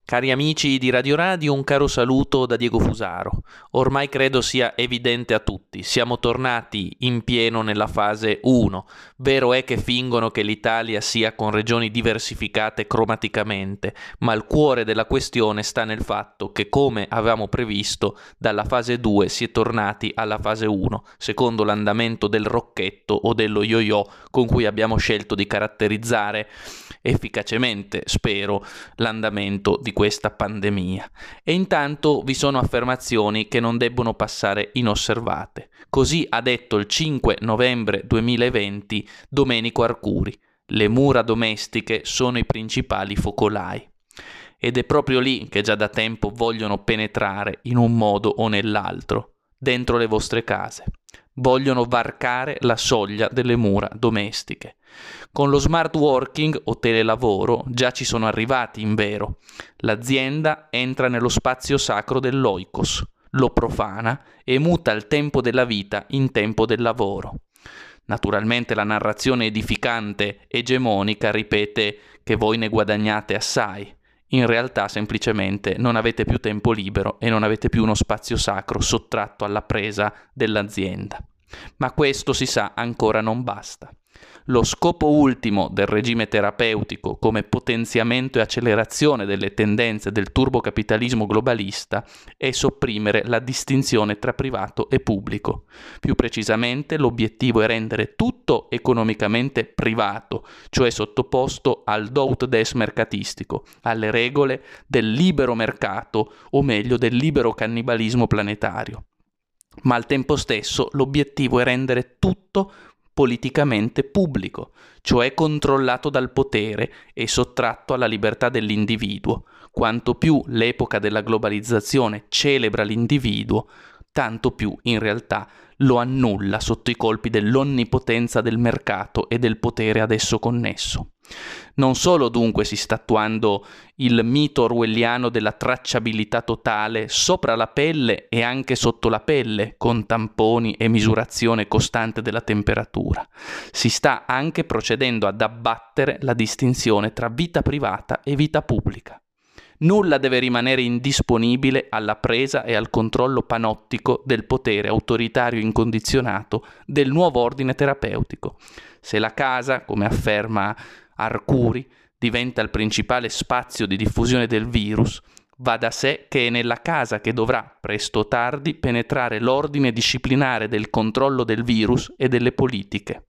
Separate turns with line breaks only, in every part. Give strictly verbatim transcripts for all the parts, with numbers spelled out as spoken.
Cari amici di Radio Radio, un caro saluto da Diego Fusaro. Ormai credo sia evidente a tutti, siamo tornati in pieno nella fase uno. Vero è che fingono che l'Italia sia con regioni diversificate cromaticamente, ma il cuore della questione sta nel fatto che, come avevamo previsto, dalla fase due si è tornati alla fase uno, secondo l'andamento del rocchetto o dello yo-yo con cui abbiamo scelto di caratterizzare efficacemente, spero, l'andamento di questa pandemia. E intanto vi sono affermazioni che non debbono passare inosservate. Così ha detto il cinque novembre duemilaventi Domenico Arcuri: le mura domestiche sono i principali focolai. Ed è proprio lì che già da tempo vogliono penetrare in un modo o nell'altro, dentro le vostre case. Vogliono varcare la soglia delle mura domestiche. Con lo smart working o telelavoro già ci sono arrivati, invero. L'azienda entra nello spazio sacro dell'oikos, lo profana e muta il tempo della vita in tempo del lavoro. Naturalmente la narrazione edificante egemonica ripete che voi ne guadagnate assai. In realtà semplicemente non avete più tempo libero e non avete più uno spazio sacro sottratto alla presa dell'azienda. Ma questo, si sa, ancora non basta. Lo scopo ultimo del regime terapeutico come potenziamento e accelerazione delle tendenze del turbocapitalismo globalista è sopprimere la distinzione tra privato e pubblico. Più precisamente, l'obiettivo è rendere tutto economicamente privato, cioè sottoposto al do ut des mercatistico, alle regole del libero mercato, o meglio del libero cannibalismo planetario. Ma al tempo stesso l'obiettivo è rendere tutto politicamente pubblico, cioè controllato dal potere e sottratto alla libertà dell'individuo. Quanto più l'epoca della globalizzazione celebra l'individuo, tanto più in realtà lo annulla sotto i colpi dell'onnipotenza del mercato e del potere ad esso connesso. Non solo dunque si sta attuando il mito orwelliano della tracciabilità totale sopra la pelle e anche sotto la pelle, con tamponi e misurazione costante della temperatura, si sta anche procedendo ad abbattere la distinzione tra vita privata e vita pubblica. Nulla deve rimanere indisponibile alla presa e al controllo panottico del potere autoritario incondizionato del nuovo ordine terapeutico. Se la casa, come afferma Arcuri, diventa il principale spazio di diffusione del virus, va da sé che è nella casa che dovrà, presto o tardi, penetrare l'ordine disciplinare del controllo del virus e delle politiche.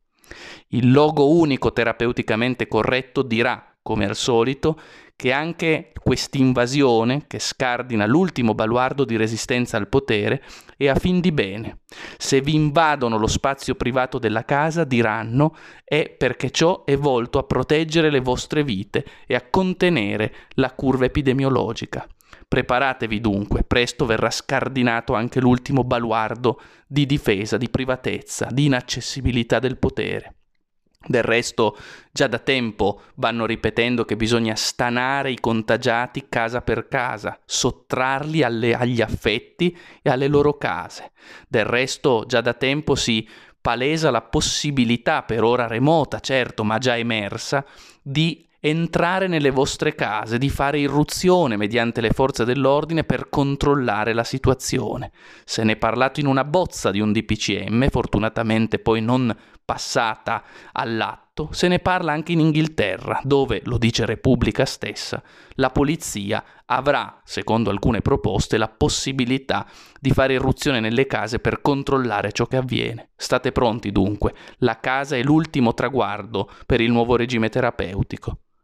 Il logo unico terapeuticamente corretto dirà, come al solito, che anche quest'invasione, che scardina l'ultimo baluardo di resistenza al potere, è a fin di bene. Se vi invadono lo spazio privato della casa, diranno, è perché ciò è volto a proteggere le vostre vite e a contenere la curva epidemiologica. Preparatevi dunque, presto verrà scardinato anche l'ultimo baluardo di difesa, di privatezza, di inaccessibilità del potere. Del resto, già da tempo vanno ripetendo che bisogna stanare i contagiati casa per casa, sottrarli alle, agli affetti e alle loro case. Del resto, già da tempo si palesa la possibilità, per ora remota, certo, ma già emersa, di entrare nelle vostre case, di fare irruzione mediante le forze dell'ordine per controllare la situazione. Se ne è parlato in una bozza di un D P C M, fortunatamente poi non passata all'atto. Se ne parla anche in Inghilterra, dove, lo dice Repubblica stessa, la polizia avrà, secondo alcune proposte, la possibilità di fare irruzione nelle case per controllare ciò che avviene. State pronti dunque, la casa è l'ultimo traguardo per il nuovo regime terapeutico.